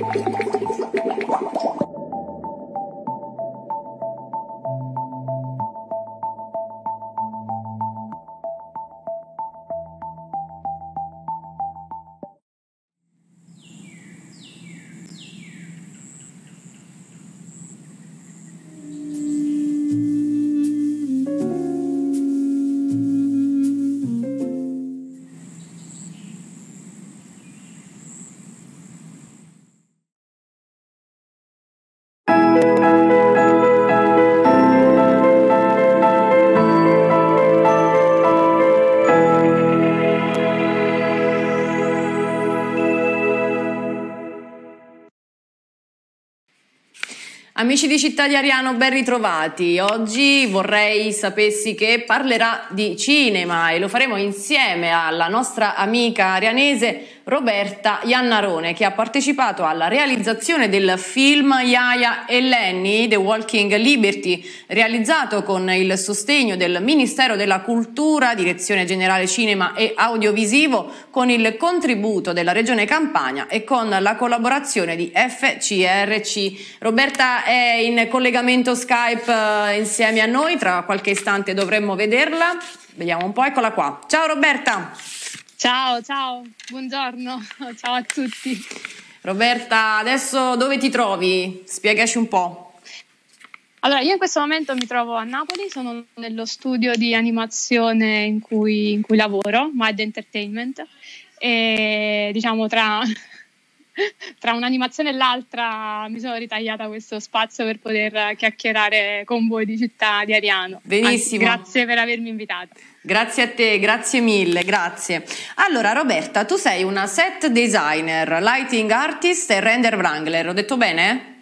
Amici di Città di Ariano, ben ritrovati. Oggi vorrei sapessi che parlerà di cinema e lo faremo insieme alla nostra amica arianese Roberta Iannarone, che ha partecipato alla realizzazione del film Yaya e Lenny, The Walking Liberty, realizzato con il sostegno del Ministero della Cultura, Direzione Generale Cinema e Audiovisivo, con il contributo della Regione Campania e con la collaborazione di FCRC. Roberta è in collegamento Skype insieme a noi, tra qualche istante dovremmo vederla. Vediamo un po', eccola qua. Ciao Roberta! Ciao, buongiorno, ciao a tutti. Roberta, adesso dove ti trovi? Spiegaci un po'. Allora, io in questo momento mi trovo a Napoli, sono nello studio di animazione in cui lavoro, Mad Entertainment, e diciamo tra un'animazione e l'altra mi sono ritagliata questo spazio per poter chiacchierare con voi di Città di Ariano. Benissimo. Grazie per avermi invitata. Grazie a te, grazie mille, grazie. Allora Roberta, tu sei una set designer, lighting artist e render wrangler, ho detto bene?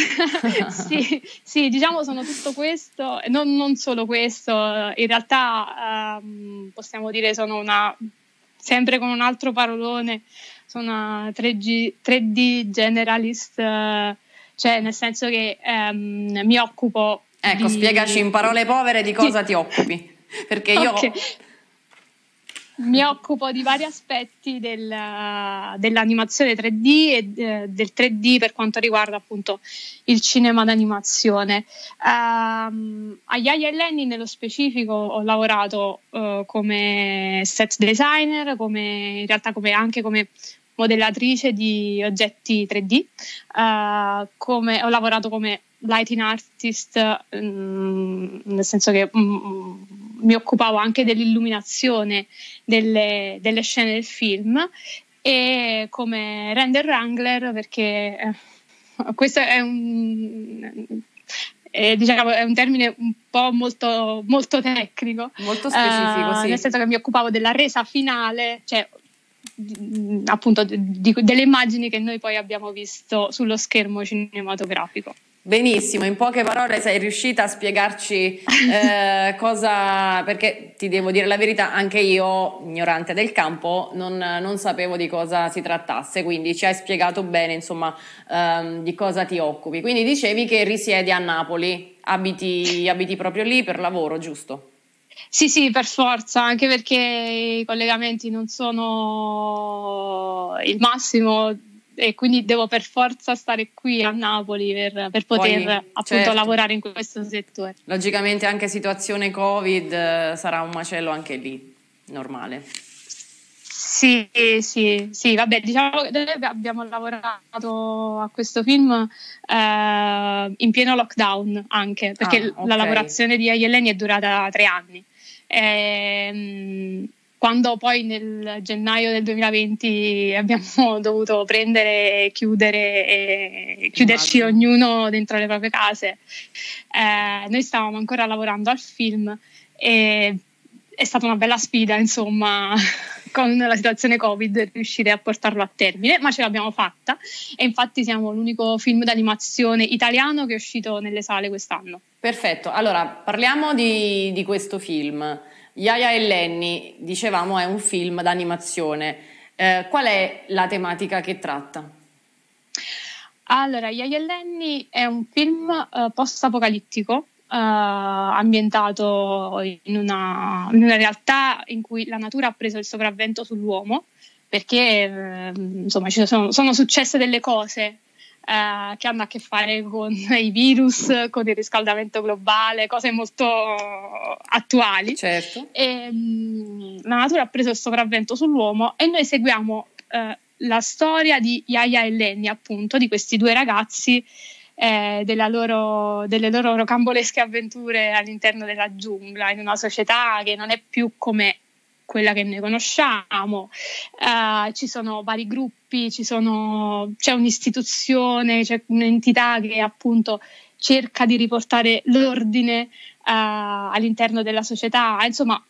Sì, diciamo sono tutto questo, non solo questo, in realtà possiamo dire sono sempre con un altro parolone, sono una 3D generalist, cioè nel senso che mi occupo spiegaci in parole povere di cosa ti occupi. Perché io mi occupo di vari aspetti dell'animazione 3D e del 3D per quanto riguarda appunto il cinema d'animazione. A Yaya e Lenny nello specifico ho lavorato come set designer, anche come modellatrice di oggetti 3D, ho lavorato come lighting artist, nel senso che mi occupavo anche dell'illuminazione delle scene del film, e come render wrangler perché questo è diciamo, è un termine un po' molto, molto tecnico, molto specifico, sì. Nel senso che mi occupavo della resa finale, cioè appunto delle immagini che noi poi abbiamo visto sullo schermo cinematografico. Benissimo, in poche parole sei riuscita a spiegarci cosa, perché ti devo dire la verità, anche io, ignorante del campo, non sapevo di cosa si trattasse, quindi ci hai spiegato bene, insomma, di cosa ti occupi. Quindi dicevi che risiedi a Napoli, abiti proprio lì per lavoro, giusto? Sì, per forza, anche perché i collegamenti non sono il massimo e quindi devo per forza stare qui a Napoli per poter appunto lavorare in questo settore. Logicamente anche situazione Covid sarà un macello anche lì, normale. Sì, vabbè, diciamo che noi abbiamo lavorato a questo film in pieno lockdown anche, perché la lavorazione di Yaya e Lenny è durata 3 anni. Quando poi nel gennaio del 2020 abbiamo dovuto prendere e chiuderci ognuno dentro le proprie case, noi stavamo ancora lavorando al film e è stata una bella sfida, insomma, con la situazione Covid riuscire a portarlo a termine, ma ce l'abbiamo fatta e infatti siamo l'unico film d'animazione italiano che è uscito nelle sale quest'anno. Perfetto, allora parliamo di questo film. Yaya e Lenny, dicevamo, è un film d'animazione. Qual è la tematica che tratta? Allora, Yaya e Lenny è un film post-apocalittico, ambientato in una realtà in cui la natura ha preso il sopravvento sull'uomo, perché insomma sono successe delle cose che hanno a che fare con i virus, con il riscaldamento globale, cose molto attuali. Certo. E, la natura ha preso il sopravvento sull'uomo e noi seguiamo la storia di Yaya e Lenny, appunto, di questi due ragazzi, delle loro rocambolesche avventure all'interno della giungla, in una società che non è più come quella che noi conosciamo. Ci sono vari gruppi, c'è un'istituzione, c'è un'entità che appunto cerca di riportare l'ordine all'interno della società. Insomma,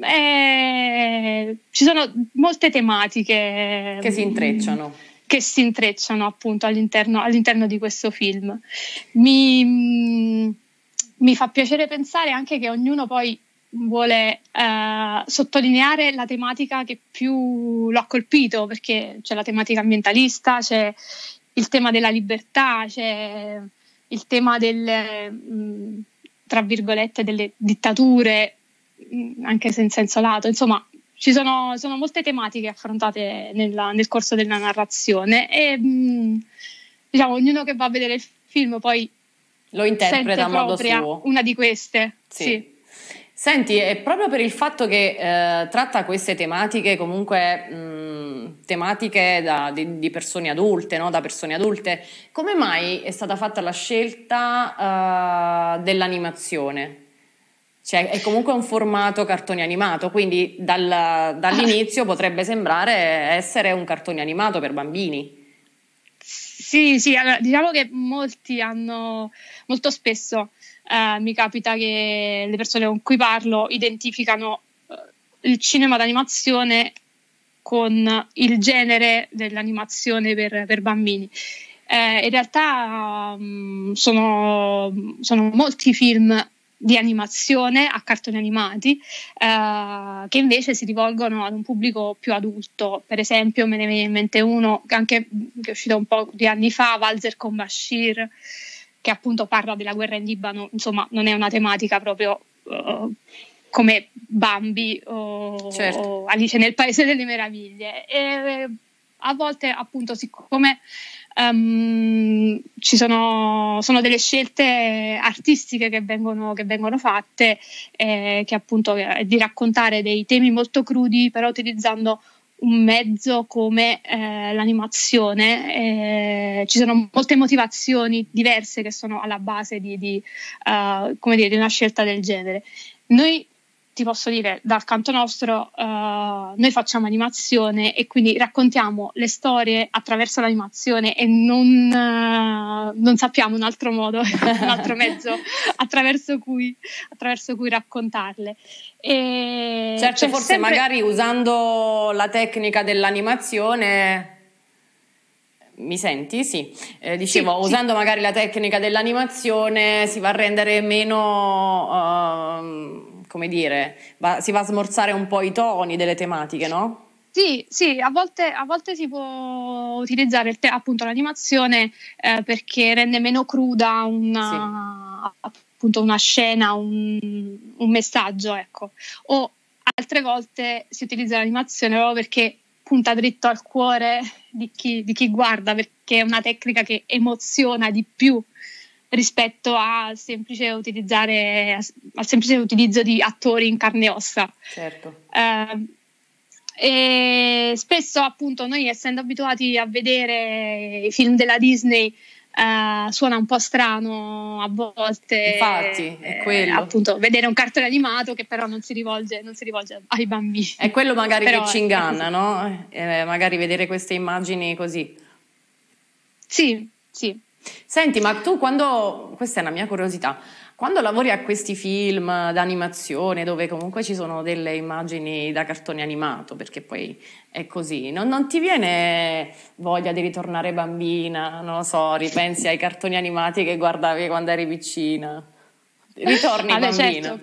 ci sono molte tematiche che si intrecciano appunto all'interno di questo film. Mi fa piacere pensare anche che ognuno poi vuole sottolineare la tematica che più lo ha colpito, perché c'è la tematica ambientalista, c'è il tema della libertà, c'è il tema tra virgolette delle dittature, anche se in senso lato. Insomma, ci sono molte tematiche affrontate nel corso della narrazione e diciamo ognuno che va a vedere il film poi lo interpreta a modo suo. Una di queste, sì. Senti, è proprio per il fatto che tratta queste tematiche, comunque tematiche di persone adulte, no? Da persone adulte, come mai è stata fatta la scelta dell'animazione? Cioè, è comunque un formato cartone animato, quindi dall'inizio potrebbe sembrare essere un cartone animato per bambini. Sì, allora, diciamo che molto spesso mi capita che le persone con cui parlo identificano il cinema d'animazione con il genere dell'animazione per bambini. In realtà sono molti film di animazione a cartoni animati che invece si rivolgono ad un pubblico più adulto. Per esempio me ne viene in mente uno che è uscito un po' di anni fa, Valzer con Bashir, che appunto parla della guerra in Libano. Insomma, non è una tematica proprio come Bambi o Alice nel Paese delle Meraviglie. E a volte appunto, siccome sono delle scelte artistiche che vengono fatte, che appunto è di raccontare dei temi molto crudi, però utilizzando un mezzo come l'animazione. Ci sono molte motivazioni diverse che sono alla base di una scelta del genere. Noi, ti posso dire, dal canto nostro, noi facciamo animazione e quindi raccontiamo le storie attraverso l'animazione e non sappiamo un altro modo, un altro mezzo attraverso cui raccontarle. Certo, forse magari usando la tecnica dell'animazione. Mi senti? Sì. Dicevo, sì, usando magari la tecnica dell'animazione si va a rendere meno, come dire, si va a smorzare un po' i toni delle tematiche, no? Sì, a volte si può utilizzare appunto l'animazione perché rende meno cruda appunto una scena, un messaggio, ecco. O altre volte si utilizza l'animazione proprio perché punta dritto al cuore di chi guarda, perché è una tecnica che emoziona di più rispetto al semplice utilizzo di attori in carne e ossa. Certo. E spesso appunto noi, essendo abituati a vedere i film della Disney, suona un po' strano a volte. Infatti, è quello. Appunto, vedere un cartone animato che però non si rivolge ai bambini. È quello magari però che ci inganna, no? Magari vedere queste immagini così. Sì. Senti, ma tu questa è una mia curiosità, quando lavori a questi film d'animazione dove comunque ci sono delle immagini da cartone animato, perché poi è così, non ti viene voglia di ritornare bambina, non lo so, ripensi ai cartoni animati che guardavi quando eri piccina, ritorni bambina? Certo.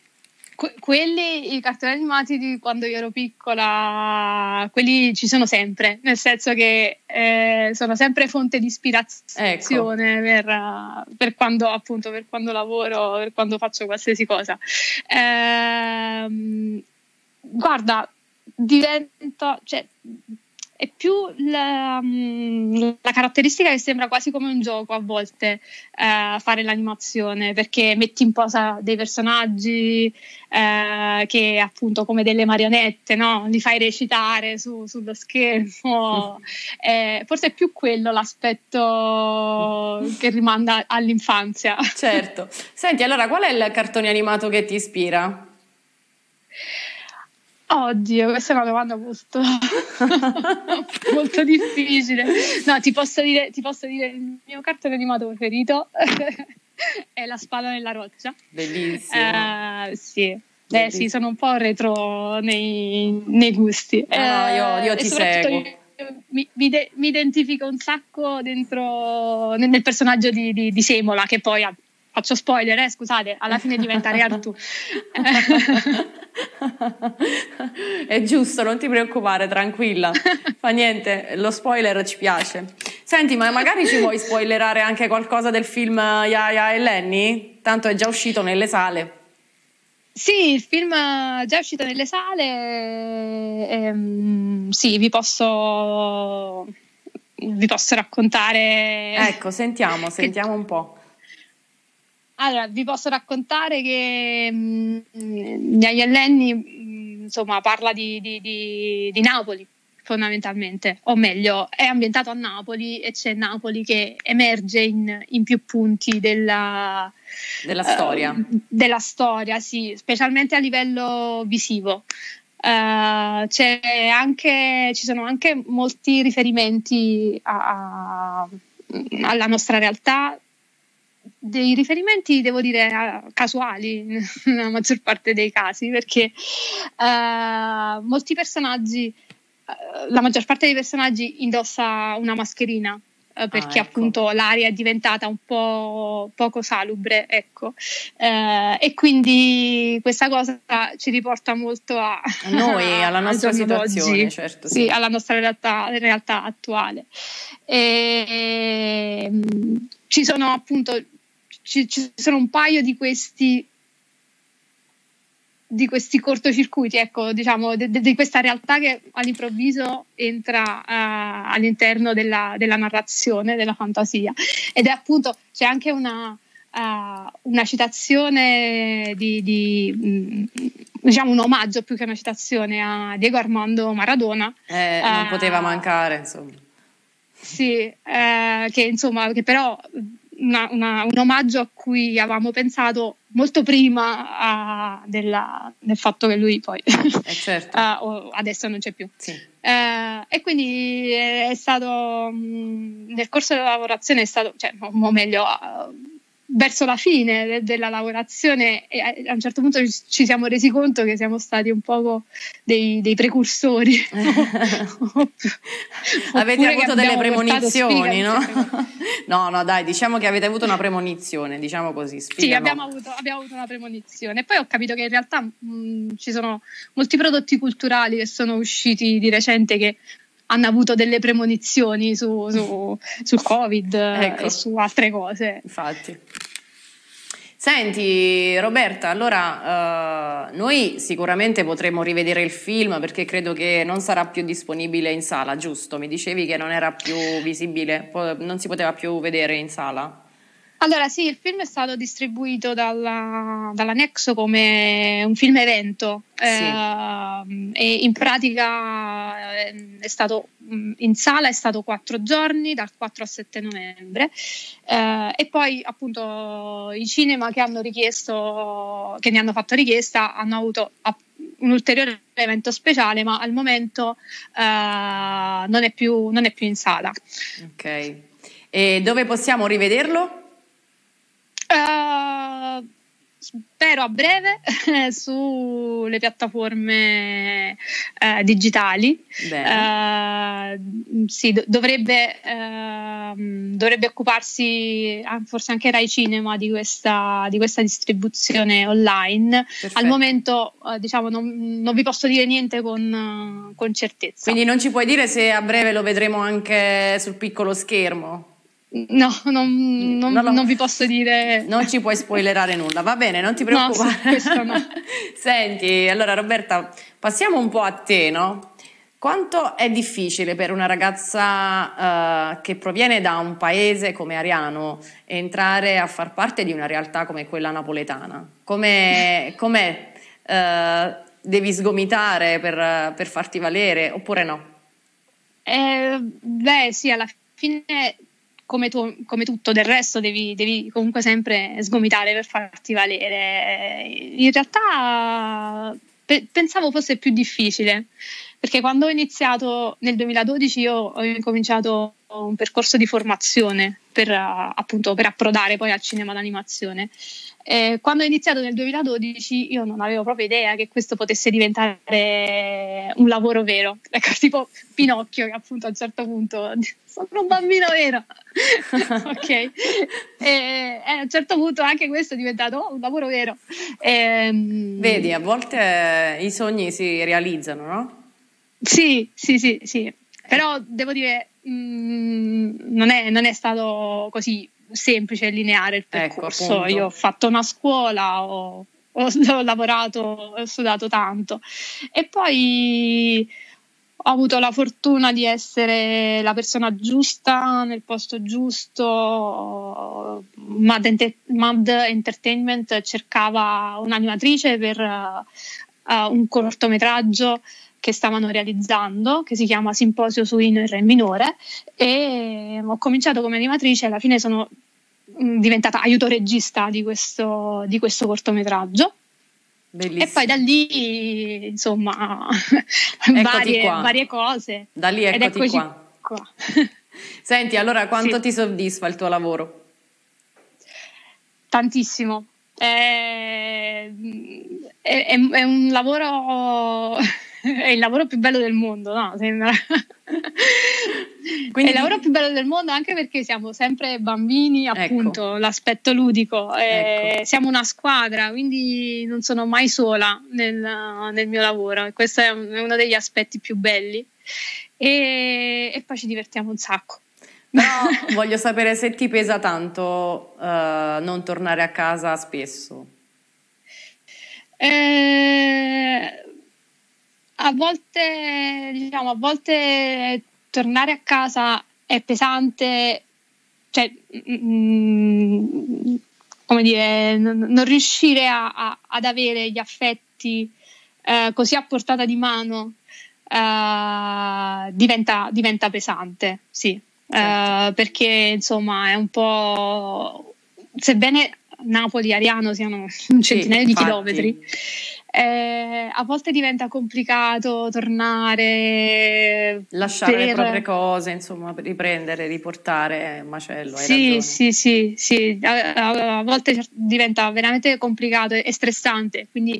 I cartoni animati di quando io ero piccola, quelli ci sono sempre, nel senso che sono sempre fonte di ispirazione, ecco, per quando lavoro, per quando faccio qualsiasi cosa. Guarda, è più la caratteristica che sembra quasi come un gioco a volte fare l'animazione, perché metti in posa dei personaggi che appunto come delle marionette, no? Li fai recitare sullo schermo. Forse è più quello l'aspetto che rimanda all'infanzia. Certo. Senti, allora qual è il cartone animato che ti ispira? Oddio, questa è una domanda molto, molto difficile. No, ti posso dire il mio cartone animato preferito è La spada nella roccia. Bellissimo. Sì. Sì, sono un po' retro nei gusti. No, io ti seguo. Mi identifico un sacco dentro nel personaggio di Semola, che poi faccio spoiler, scusate, alla fine diventa Re Artù. È giusto, non ti preoccupare, tranquilla. Fa niente, lo spoiler ci piace. Senti, ma magari ci vuoi spoilerare anche qualcosa del film Yaya e Lenny? Tanto è già uscito nelle sale. Sì, il film è già uscito nelle sale. Sì, vi posso raccontare. Ecco, sentiamo un po'. Allora, vi posso raccontare che Yaya e Lenny insomma parla di Napoli fondamentalmente, o meglio è ambientato a Napoli e c'è Napoli che emerge in più punti della storia, sì, specialmente a livello visivo. Ci sono anche molti riferimenti alla nostra realtà, dei riferimenti devo dire casuali nella maggior parte dei casi, perché molti personaggi, la maggior parte dei personaggi indossa una mascherina, perché ecco. appunto l'aria è diventata un po' poco salubre, ecco, e quindi questa cosa ci riporta molto a noi, alla nostra situazione, d'oggi. certo, sì, alla nostra realtà attuale. Ci sono appunto ci sono un paio di questi cortocircuiti, ecco, diciamo, di questa realtà che all'improvviso entra all'interno della narrazione, della fantasia. Ed è appunto, c'è anche una citazione diciamo un omaggio più che una citazione a Diego Armando Maradona. Non poteva mancare, insomma. Sì, che però un omaggio a cui avevamo pensato molto prima del fatto che lui poi certo. adesso non c'è più. Sì. E quindi è stato nel corso della lavorazione o meglio verso la fine della lavorazione, e a un certo punto ci siamo resi conto che siamo stati un po' dei precursori. Avete avuto delle premonizioni, no? No, dai, diciamo che avete avuto una premonizione, diciamo così. Sì, abbiamo avuto una premonizione. Poi ho capito che in realtà ci sono molti prodotti culturali che sono usciti di recente che hanno avuto delle premonizioni sul Covid, ecco, e su altre cose. Infatti. Senti Roberta, allora noi sicuramente potremo rivedere il film, perché credo che non sarà più disponibile in sala, giusto? Mi dicevi che non era più visibile, non si poteva più vedere in sala? Allora sì, il film è stato distribuito dalla Nexo come un film evento, sì. E in pratica è stato in sala, è stato 4 giorni, dal 4 al 7 novembre, e poi appunto i cinema che ne hanno fatto richiesta hanno avuto un ulteriore evento speciale, ma al momento non è più in sala. Ok, e dove possiamo rivederlo? Spero a breve sulle piattaforme digitali. Sì, dovrebbe occuparsi forse anche Rai Cinema di questa distribuzione online. Perfetto. Al momento diciamo non vi posso dire niente con certezza. Quindi non ci puoi dire se a breve lo vedremo anche sul piccolo schermo? No, non vi posso dire. Non ci puoi spoilerare nulla, va bene, non ti preoccupare. No, questo no. Senti, allora Roberta, passiamo un po' a te, no? Quanto è difficile per una ragazza che proviene da un paese come Ariano entrare a far parte di una realtà come quella napoletana? Com'è? Devi sgomitare per farti valere oppure no? Beh, sì, alla fine, come tutto del resto, devi comunque sempre sgomitare per farti valere. In realtà pensavo fosse più difficile, perché quando ho iniziato nel 2012 io ho incominciato un percorso di formazione appunto per approdare poi al cinema d'animazione. Quando ho iniziato nel 2012 io non avevo proprio idea che questo potesse diventare un lavoro vero, ecco, tipo Pinocchio, che appunto a un certo punto sono un bambino vero. Ok, e a un certo punto anche questo è diventato un lavoro vero. Vedi, a volte i sogni si realizzano, no? Sì. Però devo dire, non è stato così semplice e lineare il percorso. Ecco, io ho fatto una scuola, ho lavorato, ho studiato tanto e poi ho avuto la fortuna di essere la persona giusta nel posto giusto. Mad Entertainment cercava un'animatrice per un cortometraggio che stavano realizzando, che si chiama Simposio su Ino e Re minore, e ho cominciato come animatrice e alla fine sono diventata aiuto regista di questo cortometraggio. Bellissimo. E poi da lì, insomma, varie cose. Da lì eccoti qua. Senti, allora quanto ti soddisfa il tuo lavoro? Tantissimo. È un lavoro... è il lavoro più bello del mondo, no? Sembra. Quindi... È il lavoro più bello del mondo anche perché siamo sempre bambini, appunto, ecco. L'aspetto ludico. Ecco. Siamo una squadra, quindi non sono mai sola nel mio lavoro e questo è uno degli aspetti più belli e poi ci divertiamo un sacco. Però voglio sapere se ti pesa tanto non tornare a casa spesso. A volte tornare a casa è pesante, cioè come dire, non riuscire ad avere gli affetti così a portata di mano diventa pesante, sì. Certo. Perché insomma è un po', sebbene Napoli e Ariano siano un centinaio di chilometri, a volte diventa complicato tornare, lasciare le proprie cose, insomma, riprendere, riportare macello. Sì. A volte diventa veramente complicato e stressante, quindi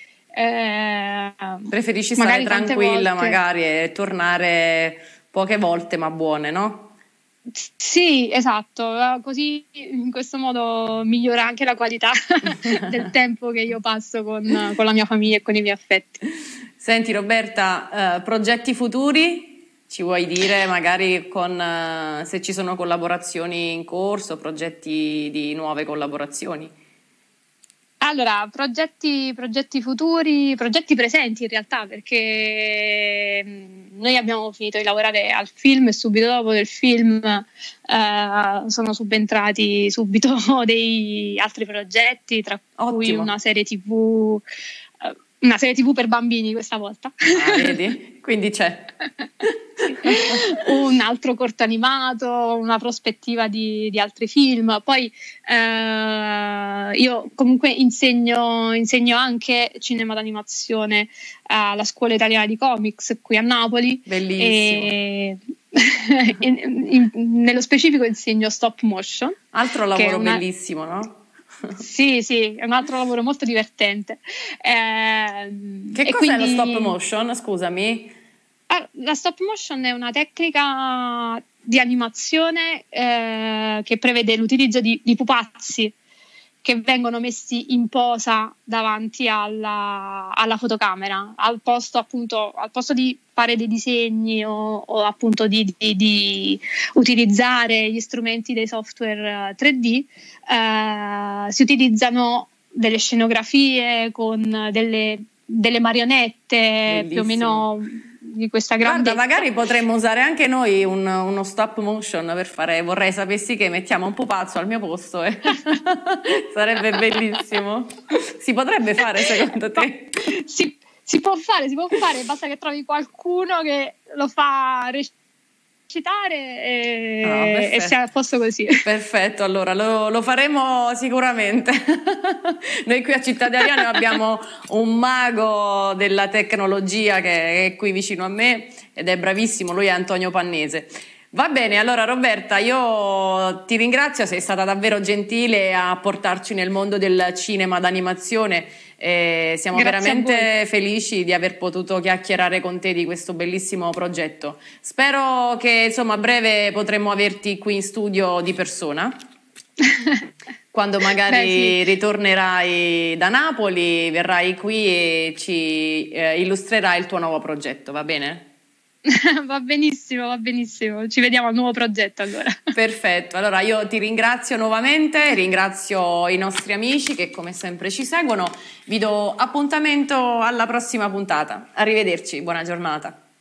preferisci stare tranquilla magari e tornare poche volte ma buone, no? Sì, esatto, così in questo modo migliora anche la qualità del tempo che io passo con la mia famiglia e con i miei affetti. Senti Roberta, progetti futuri? Ci vuoi dire magari se ci sono collaborazioni in corso, progetti di nuove collaborazioni? Allora, progetti futuri, progetti presenti in realtà, perché noi abbiamo finito di lavorare al film e subito dopo del film sono subentrati subito dei altri progetti, tra cui una serie TV per bambini questa volta. Ah, vedi? Quindi c'è. Un altro corto animato, una prospettiva di altri film. Poi io comunque insegno anche cinema d'animazione alla Scuola Italiana di Comics qui a Napoli. Bellissimo. Nello specifico insegno stop motion. Altro lavoro bellissimo, no? Sì, è un altro lavoro molto divertente. Che cos'è lo stop motion? Scusami. La stop motion è una tecnica di animazione che prevede l'utilizzo di pupazzi che vengono messi in posa davanti alla fotocamera, al posto di fare dei disegni o appunto di utilizzare gli strumenti dei software 3D, si utilizzano delle scenografie con delle marionette. Bellissimo. Più o meno di questa grandezza. Guarda, magari potremmo usare anche noi uno stop motion per fare Vorrei sapessi che, mettiamo un pupazzo al mio posto e sarebbe bellissimo. Si potrebbe fare secondo te? Si può fare, basta che trovi qualcuno che lo fa recitare e sia a posto così. Perfetto, allora lo faremo sicuramente. Noi qui a Città di Ariano abbiamo un mago della tecnologia che è qui vicino a me ed è bravissimo, lui è Antonio Pannese. Va bene, allora Roberta, io ti ringrazio, sei stata davvero gentile a portarci nel mondo del cinema d'animazione. Siamo veramente felici di aver potuto chiacchierare con te di questo bellissimo progetto. Spero che insomma a breve potremo averti qui in studio di persona. Quando magari ritornerai da Napoli, verrai qui e ci illustrerai il tuo nuovo progetto, va bene? Va benissimo, ci vediamo al nuovo progetto allora. Perfetto, allora io ti ringrazio nuovamente, ringrazio i nostri amici che come sempre ci seguono, vi do appuntamento alla prossima puntata, arrivederci, buona giornata.